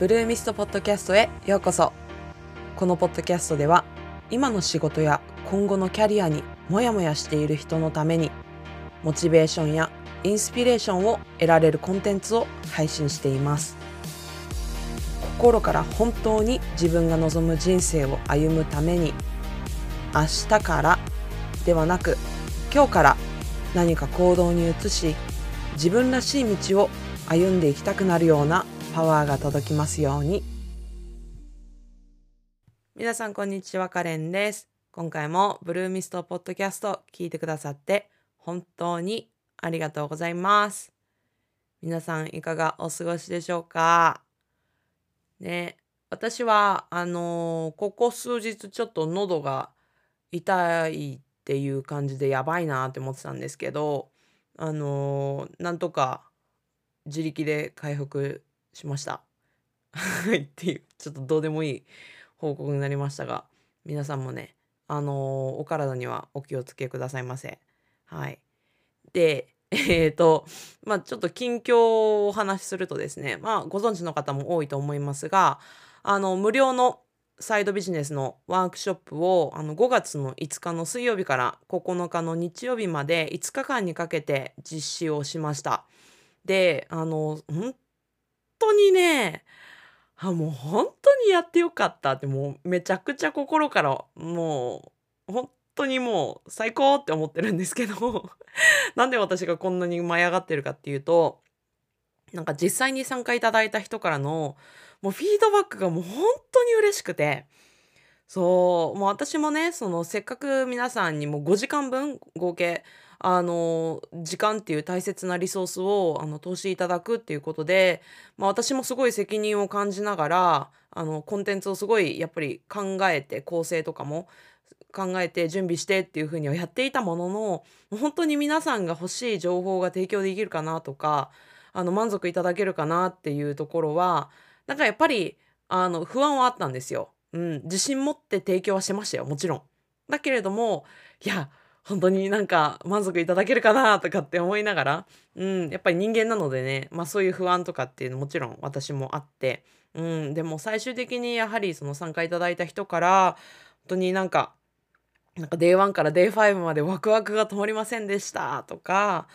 ブルーミストポッドキャストへようこそ。このポッドキャストでは今の仕事や今後のキャリアにモヤモヤしている人のためにモチベーションやインスピレーションを得られるコンテンツを配信しています。心から本当に自分が望む人生を歩むために、明日からではなく今日から何か行動に移し、自分らしい道を歩んでいきたくなるようなパワーが届きますように。皆さんこんにちは、カレンです。今回もブルーミストポッドキャスト聞いてくださって本当にありがとうございます。皆さんいかがお過ごしでしょうかね。私はここ数日ちょっと喉が痛いっていう感じでやばいなって思ってたんですけど、なんとか自力で回復しました。はいっていう、ちょっとどうでもいい報告になりましたが、皆さんもね、お体にはお気をつけくださいませ。はい。で、ちょっと近況をお話しするとですね、ご存知の方も多いと思いますが、無料のサイドビジネスのワークショップを5月の5日の水曜日から9日の日曜日まで5日間にかけて実施をしました。で、本当にね、もう本当にやってよかったって、もうめちゃくちゃ心からもう本当にもう最高って思ってるんですけど、なんで私がこんなに舞い上がってるかっていうと、なんか実際に参加いただいた人からのもうフィードバックがもう本当に嬉しくて、そう、もう私もね、そのせっかく皆さんにも5時間分合計、時間っていう大切なリソースを投資いただくっていうことで、私もすごい責任を感じながら、コンテンツをすごいやっぱり考えて、構成とかも考えて準備してっていう風にはやっていたものの、もう本当に皆さんが欲しい情報が提供できるかなとか、満足いただけるかなっていうところは、なんかやっぱり、不安はあったんですよ。うん、自信持って提供はしてましたよ、もちろん。だけれども、いや、本当になんか満足いただけるかなとかって思いながら、やっぱり人間なのでね、そういう不安とかっていうのもちろん私もあって、でも最終的にやはりその参加いただいた人から、本当になんか Day1 から Day5 までワクワクが止まりませんでしたとか、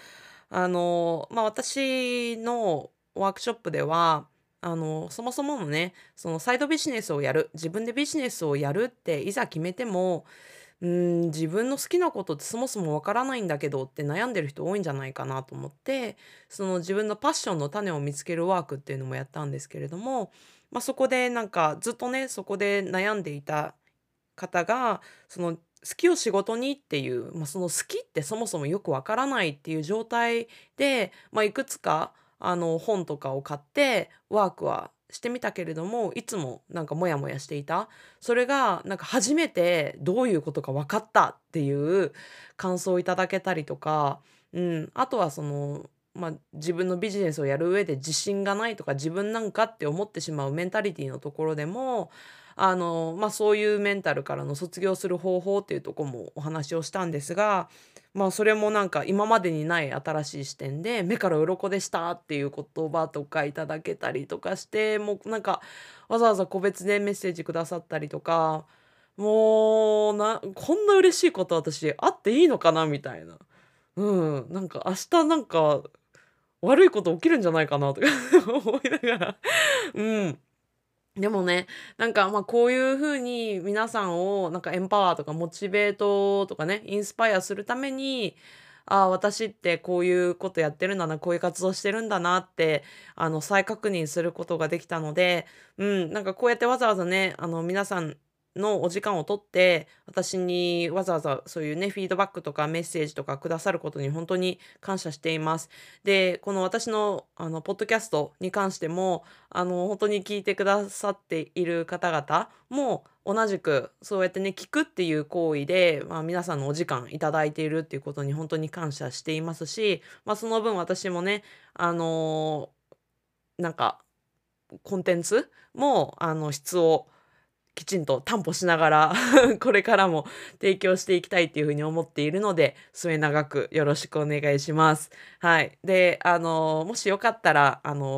私のワークショップでは、そもそものね、そのサイドビジネスをやる、自分でビジネスをやるっていざ決めても、自分の好きなことってそもそもわからないんだけどって悩んでる人多いんじゃないかなと思って、その自分のパッションの種を見つけるワークっていうのもやったんですけれども、そこでなんかずっとね、そこで悩んでいた方が、その好きを仕事にっていう、その好きってそもそもよくわからないっていう状態で、いくつか本とかを買ってワークはしてみたけれども、いつもなんかモヤモヤしていた。それがなんか初めてどういうことか分かったっていう感想をいただけたりとか、あとはその、自分のビジネスをやる上で自信がないとか、自分なんかって思ってしまうメンタリティのところでも、そういうメンタルからの卒業する方法っていうところもお話をしたんですが、それもなんか今までにない新しい視点で目から鱗でしたっていう言葉とかいただけたりとかして、もうなんかわざわざ個別でメッセージくださったりとか、もうこんな嬉しいこと私あっていいのかなみたいな。なんか明日なんか悪いこと起きるんじゃないかなとか思いながら、うん。でもね、なんか、こういう風に皆さんをなんかエンパワーとかモチベートとかね、インスパイアするために、ああ、私ってこういうことやってるんだな、こういう活動してるんだなって、再確認することができたので、なんかこうやってわざわざね、皆さんのお時間を取って、私にわざわざそういうね、フィードバックとかメッセージとかくださることに本当に感謝しています。で、この私の、ポッドキャストに関しても、本当に聞いてくださっている方々も同じくそうやってね、聞くっていう行為で、皆さんのお時間いただいているっていうことに本当に感謝していますし、その分私もね、あの、なんかコンテンツも、質をきちんと担保しながらこれからも提供していきたいっていうふうに思っているので、末永くよろしくお願いします。はい。で、もしよかったら、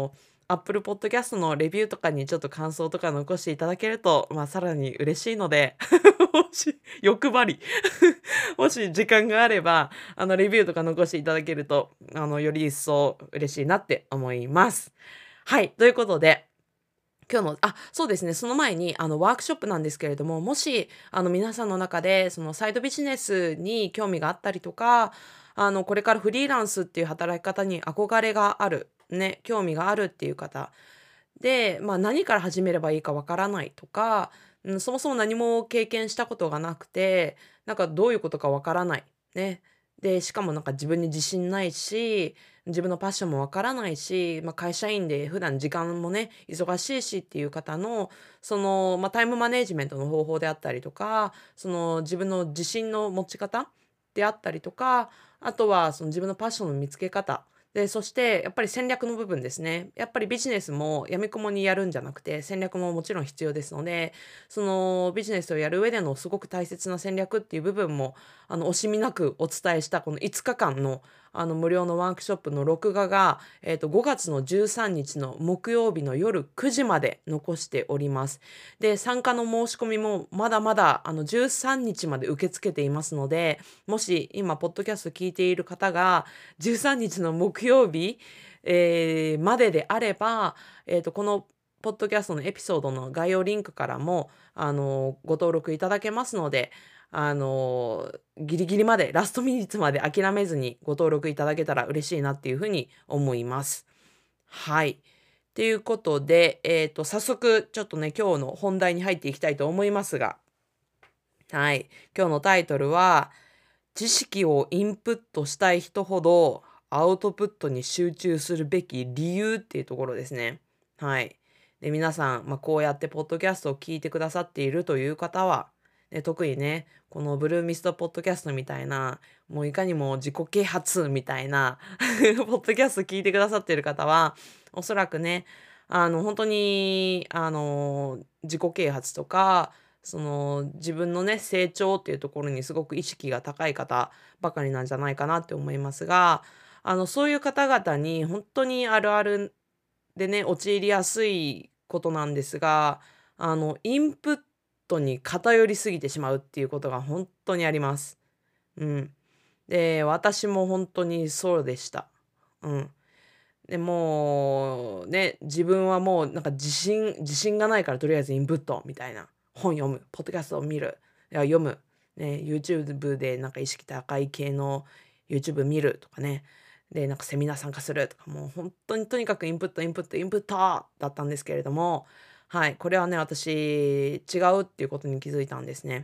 Apple Podcast のレビューとかにちょっと感想とか残していただけると、さらに嬉しいので、もし欲張りもし時間があれば、レビューとか残していただけると、より一層嬉しいなって思います。はい、ということで、今日のそうですね、その前に、ワークショップなんですけれども、もし、皆さんの中で、そのサイドビジネスに興味があったりとか、これからフリーランスっていう働き方に憧れがある、ね、興味があるっていう方で、何から始めればいいかわからないとか、そもそも何も経験したことがなくて、なんかどういうことかわからない。ね。で、しかもなんか自分に自信ないし、自分のパッションもわからないし、会社員で普段時間もね、忙しいしっていう方の、タイムマネジメントの方法であったりとか、自分の自信の持ち方であったりとか、あとはその自分のパッションの見つけ方で、そしてやっぱり戦略の部分ですね。やっぱりビジネスもやみくもにやるんじゃなくて、戦略ももちろん必要ですので、そのビジネスをやる上でのすごく大切な戦略っていう部分も、惜しみなくお伝えしたこの5日間の、無料のワークショップの録画が、5月の13日の木曜日の夜9時まで残しております。で、参加の申し込みもまだまだ、13日まで受け付けていますので、もし今、ポッドキャスト聞いている方が、13日の木曜日、までであれば、このポッドキャストのエピソードの概要リンクからも、ご登録いただけますので、ギリギリまで、ラストミニッツまで諦めずにご登録いただけたら嬉しいなっていうふうに思います。はい。っていうことで、早速、ちょっとね、今日の本題に入っていきたいと思いますが、はい。今日のタイトルは、知識をインプットしたい人ほどアウトプットに集中するべき理由っていうところですね。はい。で、皆さん、こうやってポッドキャストを聞いてくださっているという方は、特にね、このブルーミストポッドキャストみたいな、もういかにも自己啓発みたいなポッドキャスト聞いてくださっている方は、おそらくね、本当に、自己啓発とか、自分のね、成長っていうところにすごく意識が高い方ばかりなんじゃないかなって思いますが、そういう方々に本当にあるあるでね、陥りやすいことなんですが、インプットに偏りすぎてしまうっていうことが本当にあります。うん。で、私も本当にそうでした。うん。で、もう、ね、自分はもうなんか自信がないからとりあえずインプットみたいな。本読む、ポッドキャストを見る、読む、ね、YouTube でなんか意識高い系の YouTube 見るとかね。で、なんかセミナー参加するとか、もう本当にとにかくインプットインプットインプットだったんですけれども、はい、これはね、私違うっていうことに気づいたんですね。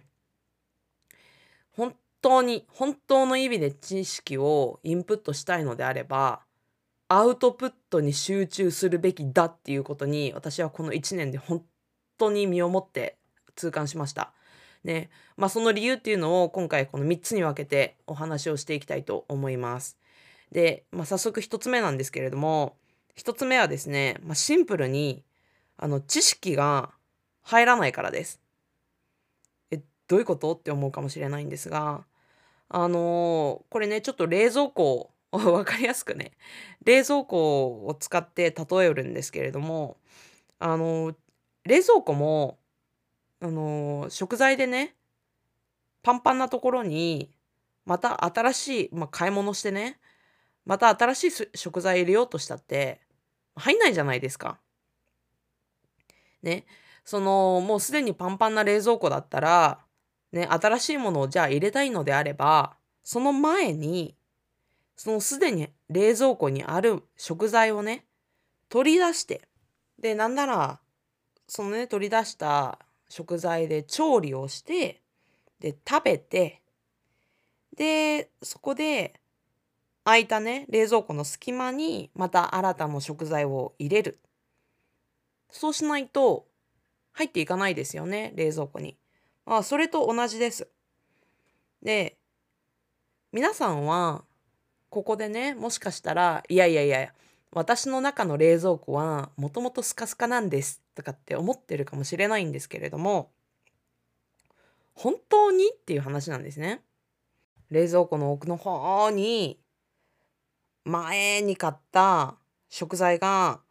本当の意味で知識をインプットしたいのであればアウトプットに集中するべきだっていうことに、私はこの1年で本当に身をもって痛感しました。ね。その理由っていうのを今回この3つに分けてお話をしていきたいと思います。で、早速1つ目なんですけれども、1つ目はですね、シンプルに、知識が入らないからです。どういうことって思うかもしれないんですが、これね、ちょっと冷蔵庫を分かりやすくね、冷蔵庫を使って例えるんですけれども、あの、冷蔵庫も、食材でね、パンパンなところに、また新しい、買い物してね、また新しい食材入れようとしたって、入んないじゃないですか。ね。もうすでにパンパンな冷蔵庫だったら、ね、新しいものをじゃあ入れたいのであれば、その前にそのすでに冷蔵庫にある食材をね、取り出して、で、なんなら、そのね、取り出した食材で調理をして、で、食べて、で、そこで空いたね、冷蔵庫の隙間にまた新たな食材を入れる。そうしないと入っていかないですよね、冷蔵庫に。それと同じです。で、皆さんはここでね、もしかしたら、いやいやいや、私の中の冷蔵庫はもともとスカスカなんですとかって思ってるかもしれないんですけれども、本当にっていう話なんですね。冷蔵庫の奥の方に前に買った食材が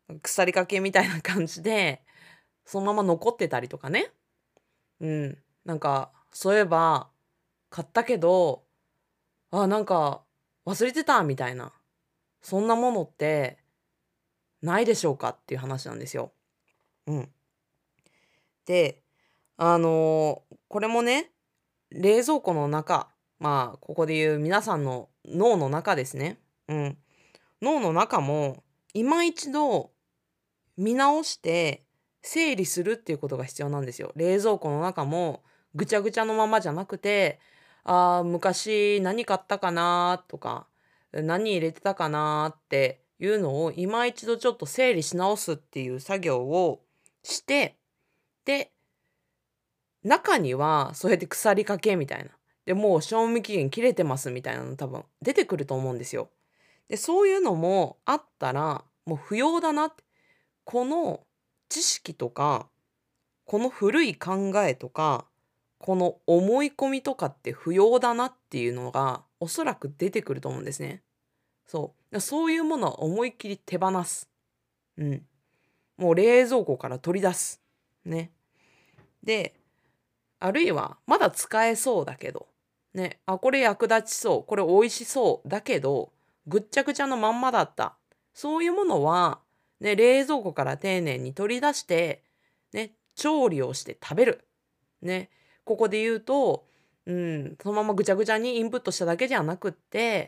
腐りかけみたいな感じで、そのまま残ってたりとかね。なんか、そういえば買ったけど、なんか忘れてたみたいな、そんなものってないでしょうかっていう話なんですよ。うん。で、これもね、冷蔵庫の中、ここで言う皆さんの脳の中ですね。うん。脳の中も今一度見直して整理するっていうことが必要なんですよ。冷蔵庫の中もぐちゃぐちゃのままじゃなくて、昔何買ったかなとか、何入れてたかなっていうのを今一度ちょっと整理し直すっていう作業をして、で、中にはそうやって腐りかけみたいな。で、もう賞味期限切れてますみたいなの多分出てくると思うんですよ。で、そういうのもあったら、もう不要だなって。この知識とか、この古い考えとか、この思い込みとかって不要だなっていうのがおそらく出てくると思うんですね。そう。そういうものは思いっきり手放す。うん。もう冷蔵庫から取り出す。ね。で、あるいはまだ使えそうだけど、ね、これ役立ちそう、これ美味しそうだけど、ぐっちゃぐちゃのまんまだった。そういうものは、ね、冷蔵庫から丁寧に取り出して、ね、調理をして食べる。ね、ここで言うと、そのままぐちゃぐちゃにインプットしただけじゃなくって、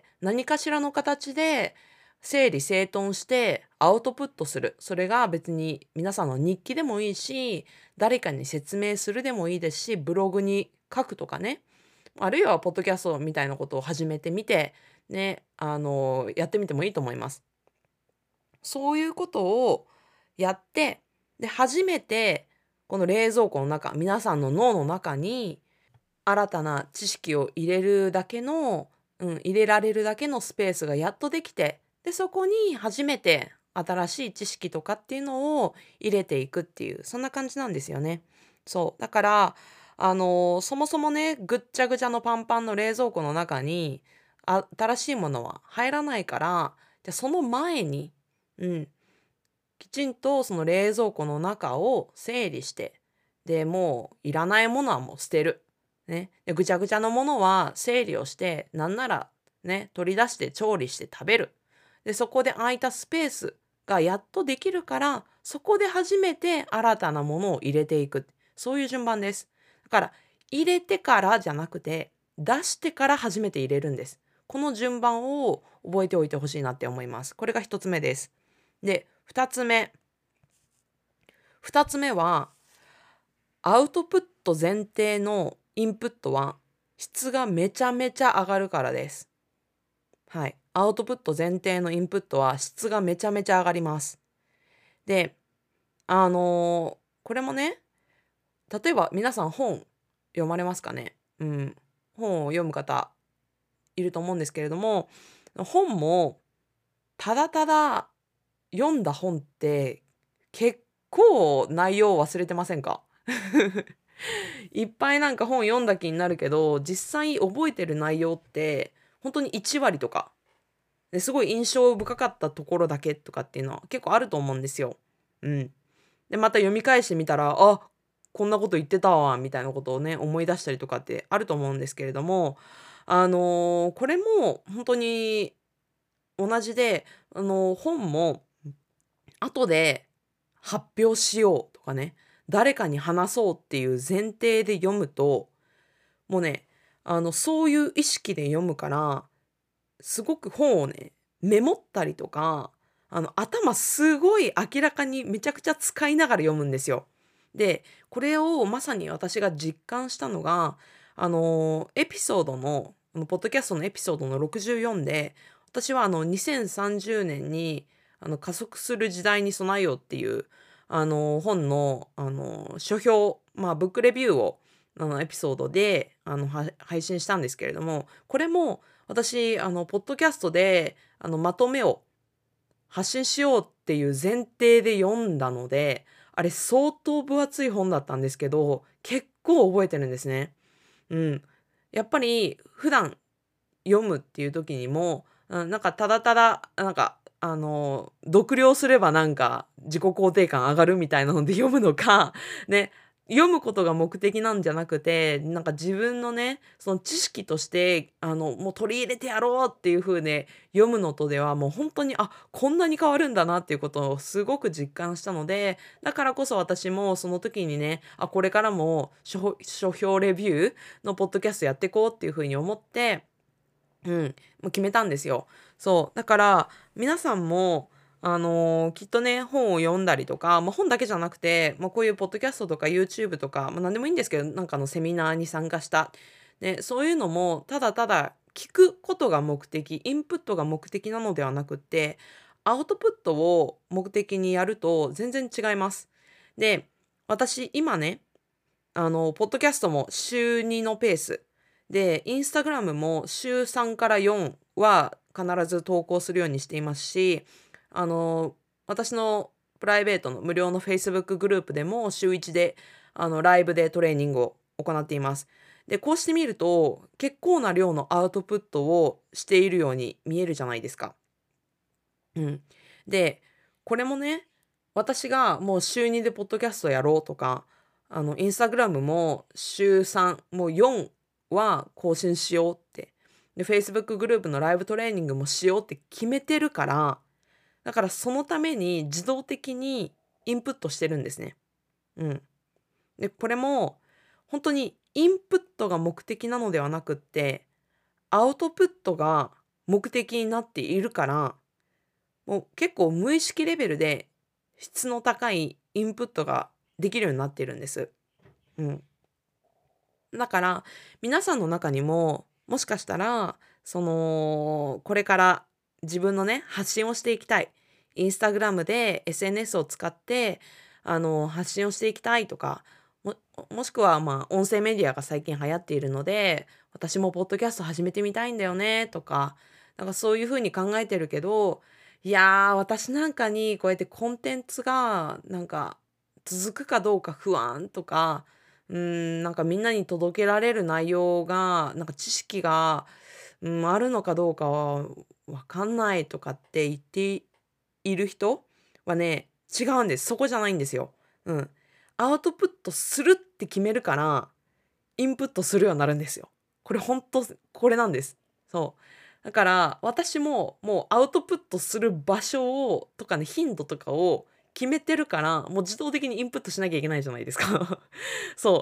何かしらの形で整理整頓してアウトプットする。それが別に皆さんの日記でもいいし、誰かに説明するでもいいですし、ブログに書くとかね、あるいはポッドキャストみたいなことを始めてみて、ね、やってみてもいいと思います。そういうことをやって、で、初めてこの冷蔵庫の中、皆さんの脳の中に新たな知識を入れるだけの、入れられるだけのスペースがやっとできて、で、そこに初めて新しい知識とかっていうのを入れていくっていう、そんな感じなんですよね。そう。だから、そもそもね、ぐっちゃぐちゃのパンパンの冷蔵庫の中に、新しいものは入らないから、じゃあその前に、うん、きちんとその冷蔵庫の中を整理して、で、もういらないものはもう捨てる。ね。で、ぐちゃぐちゃのものは整理をして、なんならね、取り出して調理して食べる。で、そこで空いたスペースがやっとできるから、そこで初めて新たなものを入れていく。そういう順番です。だから、入れてからじゃなくて、出してから初めて入れるんです。この順番を覚えておいてほしいなって思います。これが一つ目です。で、二つ目。二つ目は、アウトプット前提のインプットは質がめちゃめちゃ上がるからです。はい。アウトプット前提のインプットは質がめちゃめちゃ上がります。で、これもね、例えば皆さん本読まれますかね。本を読む方いると思うんですけれども、本もただただ読んだ本って結構内容を忘れてませんか？いっぱいなんか本読んだ気になるけど、実際覚えてる内容って、本当に1割とか、ですごい印象深かったところだけとかっていうのは結構あると思うんですよ。うん。で、また読み返してみたら、こんなこと言ってたわみたいなことをね、思い出したりとかってあると思うんですけれども、これも本当に同じで、本も後で発表しようとかね、誰かに話そうっていう前提で読むと、もうね、そういう意識で読むから、すごく本をね、メモったりとか、頭すごい明らかにめちゃくちゃ使いながら読むんですよ。で、これをまさに私が実感したのが、エピソードの、ポッドキャストのエピソードの64で、私は2030年に、加速する時代に備えようっていう、本の、書評、ブックレビューを、エピソードで、配信したんですけれども、これも私、ポッドキャストで、まとめを発信しようっていう前提で読んだので、あれ相当分厚い本だったんですけど、結構覚えてるんですね。うん。やっぱり普段読むっていう時にも、なんかただただ、なんか、読了すればなんか自己肯定感上がるみたいなので読むのか、ね、読むことが目的なんじゃなくて、なんか自分のね、その知識として、もう取り入れてやろうっていう風ね、読むのとではもう本当に、こんなに変わるんだなっていうことをすごく実感したので、だからこそ私もその時にね、これからも書評レビューのポッドキャストやっていこうっていう風に思って、もう決めたんですよ。そう。だから、皆さんも、きっとね、本を読んだりとか、本だけじゃなくて、こういうポッドキャストとか YouTube とか、何でもいいんですけど、なんかのセミナーに参加した。ね、そういうのも、ただただ聞くことが目的、インプットが目的なのではなくって、アウトプットを目的にやると全然違います。で、私、今ね、ポッドキャストも週2のペース。で、インスタグラムも週3から4は必ず投稿するようにしていますし、あの、私のプライベートの無料の Facebook グループでも週1で、ライブでトレーニングを行っています。で、こうしてみると、結構な量のアウトプットをしているように見えるじゃないですか。うん。で、これもね、私がもう週2でポッドキャストやろうとか、インスタグラムも週3、もう4は更新しようって。で、Facebook グループのライブトレーニングもしようって決めてるから、だからそのために自動的にインプットしてるんですね。うん。で、これも本当にインプットが目的なのではなくって、アウトプットが目的になっているから、もう結構無意識レベルで質の高いインプットができるようになっているんです。うん。だから皆さんの中にももしかしたらこれから自分のね発信をしていきたい。インスタグラムで SNS を使って発信をしていきたいとか、ももしくは音声メディアが最近流行っているので、私もポッドキャスト始めてみたいんだよねとか、なんかそういうふうに考えてるけど、いやー、私なんかにこうやってコンテンツがなんか続くかどうか不安とか、なんかみんなに届けられる内容が、なんか知識が、あるのかどうかはわかんないとかって言っている人はね、違うんです。そこじゃないんですよ。うん。アウトプットするって決めるから、インプットするようになるんですよ。これ本当これなんです。そう。だから私ももうアウトプットする場所をとかね、頻度とかを決めてるから、もう自動的にインプットしなきゃいけないじゃないですか。そう。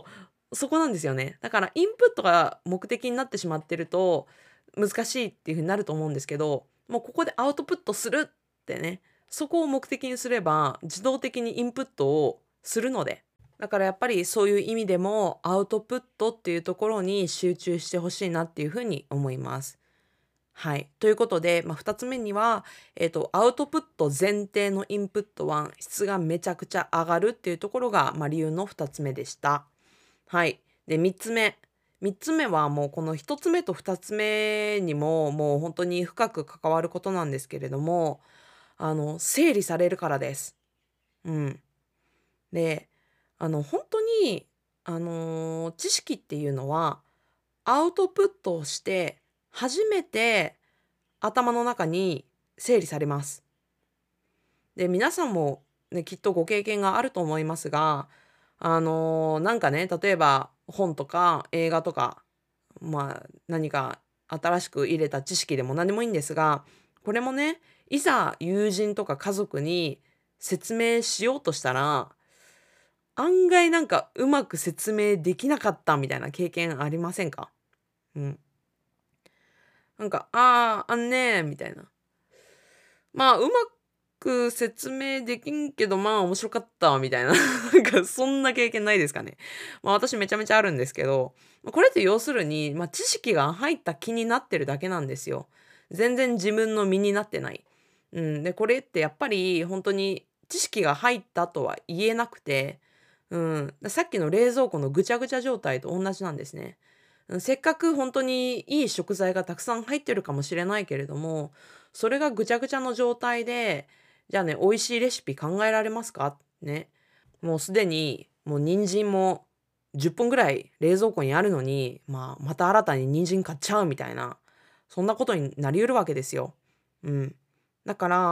そこなんですよね。だからインプットが目的になってしまってると、難しいっていう風になると思うんですけど、もうここでアウトプットするってね、そこを目的にすれば、自動的にインプットをするので、だからやっぱりそういう意味でもアウトプットっていうところに集中してほしいなっていうふうに思います。はい。ということで、2つ目には、アウトプット前提のインプットは質がめちゃくちゃ上がるっていうところが、理由の2つ目でした。はい。で、3つ目。3つ目はもうこの1つ目と2つ目にももう本当に深く関わることなんですけれども、整理されるからです。うん。で、本当に、知識っていうのは、アウトプットをして、初めて頭の中に整理されます。で、皆さんもね、きっとご経験があると思いますが、なんかね、例えば本とか映画とか、何か新しく入れた知識でも何でもいいんですが、これもね、いざ友人とか家族に説明しようとしたら、案外なんかうまく説明できなかったみたいな経験ありませんか？うん。なんか、あんね」みたいな。うまく説明できんけど、面白かったみたいな、なんかそんな経験ないですかね。私めちゃめちゃあるんですけど、これって要するに、知識が入った気になってるだけなんですよ。全然自分の身になってない。で、これってやっぱり本当に知識が入ったとは言えなくて、さっきの冷蔵庫のぐちゃぐちゃ状態と同じなんですね。せっかく本当にいい食材がたくさん入ってるかもしれないけれども、それがぐちゃぐちゃの状態で、じゃあね、美味しいレシピ考えられますか？ね。もうすでに、もう人参も10本ぐらい冷蔵庫にあるのに、また新たに人参買っちゃうみたいな、そんなことになり得るわけですよ。うん。だから、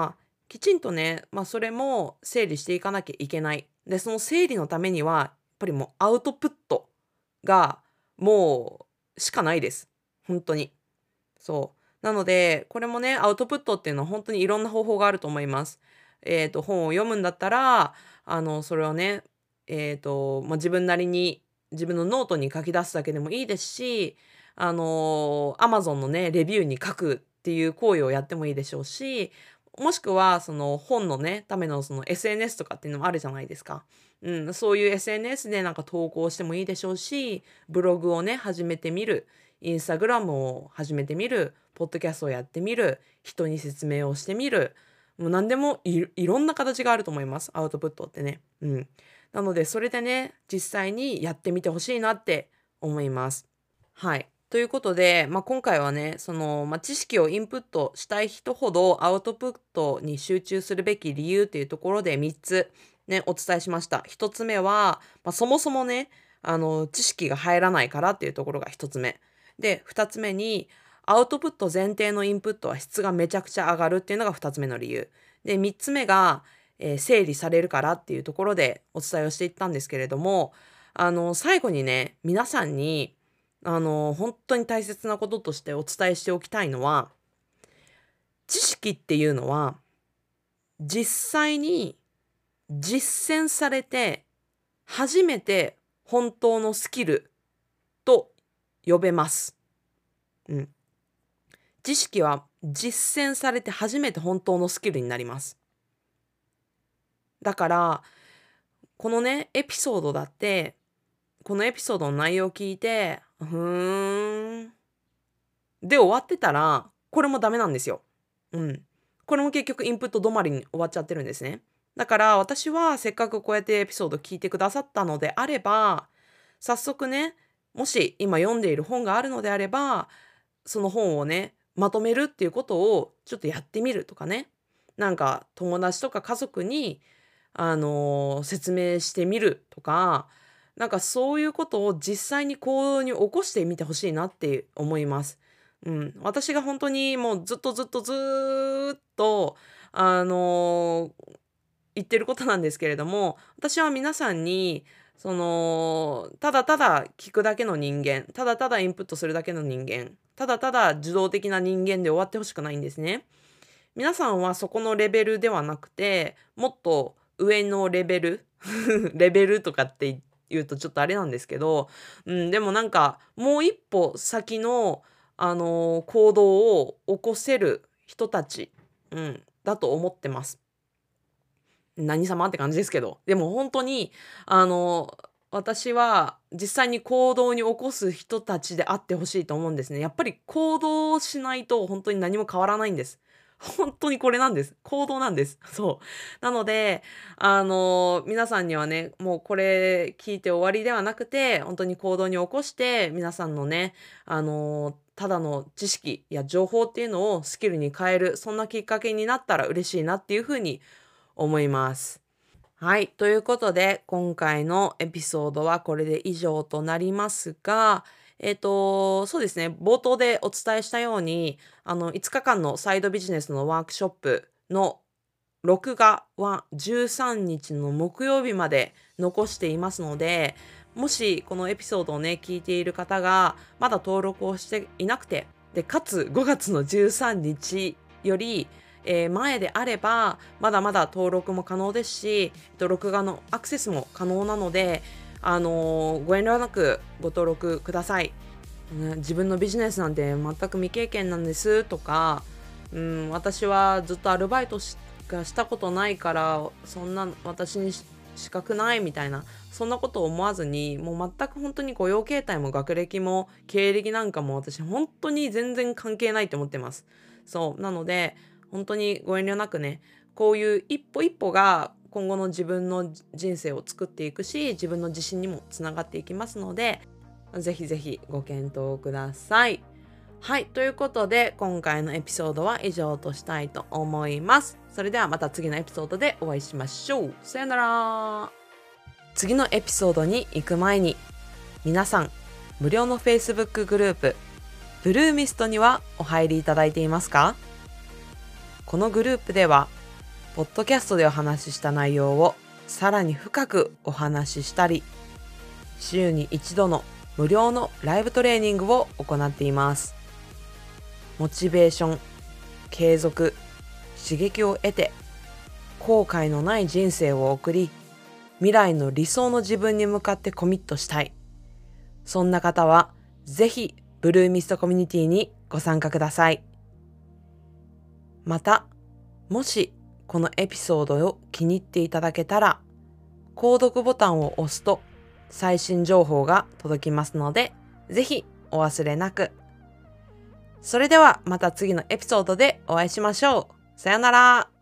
きちんとね、それも整理していかなきゃいけない。で、その整理のためには、やっぱりもうアウトプットがもうしかないです。本当に。そう。なので、これもね、アウトプットっていうのは本当にいろんな方法があると思います。本を読むんだったら、それをね、自分なりに自分のノートに書き出すだけでもいいですし、Amazon のね、レビューに書くっていう行為をやってもいいでしょうし、もしくはその本のね、ためのその SNS とかっていうのもあるじゃないですか。そういう SNS でなんか投稿してもいいでしょうし、ブログをね、始めてみる。インスタグラムを始めてみる、ポッドキャストをやってみる、人に説明をしてみる、もう何でもいろんな形があると思います、アウトプットってね。なので、それでね、実際にやってみてほしいなって思います。はい。ということで、今回はね、知識をインプットしたい人ほどアウトプットに集中するべき理由っていうところで3つね、お伝えしました。1つ目は、そもそもね、知識が入らないからっていうところが1つ目。で、2つ目に、アウトプット前提のインプットは質がめちゃくちゃ上がるっていうのが2つ目の理由。で、3つ目が、整理されるからっていうところでお伝えをしていったんですけれども、最後にね、皆さんに、本当に大切なこととしてお伝えしておきたいのは、知識っていうのは、実際に実践されて、初めて本当のスキルと呼べます。うん。知識は実践されて初めて本当のスキルになります。だから、このね、エピソードだって、このエピソードの内容を聞いて、で終わってたら、これもダメなんですよ。うん。これも結局インプット止まりに終わっちゃってるんですね。だから私はせっかくこうやってエピソード聞いてくださったのであれば、早速ね、もし今読んでいる本があるのであれば、その本をね、まとめるっていうことをちょっとやってみるとかね。なんか友達とか家族に、説明してみるとか、なんかそういうことを実際に行動に起こしてみてほしいなって思います。私が本当にもうずっとずっとずーっと、あの、言ってることなんですけれども、私は皆さんに、ただただ聞くだけの人間、ただただインプットするだけの人間、ただただ受動的な人間で終わってほしくないんですね。皆さんはそこのレベルではなくて、もっと上のレベルレベルとかって言うとちょっとあれなんですけど、でもなんかもう一歩先の、行動を起こせる人たち、だと思ってます。何様って感じですけど。でも本当に、あの、私は実際に行動に起こす人たちであってほしいと思うんですね。やっぱり行動しないと本当に何も変わらないんです。本当にこれなんです。行動なんです。そう。なので、皆さんにはね、もうこれ聞いて終わりではなくて、本当に行動に起こして、皆さんのね、ただの知識や情報っていうのをスキルに変える、そんなきっかけになったら嬉しいなっていう風に思います。はい。ということで、今回のエピソードはこれで以上となりますが、そうですね、冒頭でお伝えしたように、5日間のサイドビジネスのワークショップの録画は13日の木曜日まで残していますので、もしこのエピソードをね、聞いている方がまだ登録をしていなくて、で、かつ5月の13日より、前であれば、まだまだ登録も可能ですし、録画のアクセスも可能なので、ご遠慮なくご登録ください。自分のビジネスなんて全く未経験なんですとか、私はずっとアルバイトがしたことないから、そんな私に資格ないみたいな、そんなことを思わずに、もう全く本当に雇用形態も学歴も経歴なんかも私本当に全然関係ないって思ってます。そう。なので、本当にご遠慮なくね、こういう一歩一歩が今後の自分の人生を作っていくし、自分の自信にもつながっていきますので、ぜひぜひご検討ください。はい。ということで、今回のエピソードは以上としたいと思います。それではまた次のエピソードでお会いしましょう。さよなら。次のエピソードに行く前に、皆さん、無料の Facebook グループ、ブルーミストにはお入りいただいていますか？このグループでは、 ポッドキャストでお話しした内容をさらに深くお話ししたり、週に一度の無料のライブトレーニングを行っています。モチベーション、継続、刺激を得て、後悔のない人生を送り、未来の理想の自分に向かってコミットしたい。そんな方は、ぜひブルーミストコミュニティにご参加ください。また、もしこのエピソードを気に入っていただけたら、購読ボタンを押すと最新情報が届きますので、ぜひお忘れなく。それではまた次のエピソードでお会いしましょう。さよなら。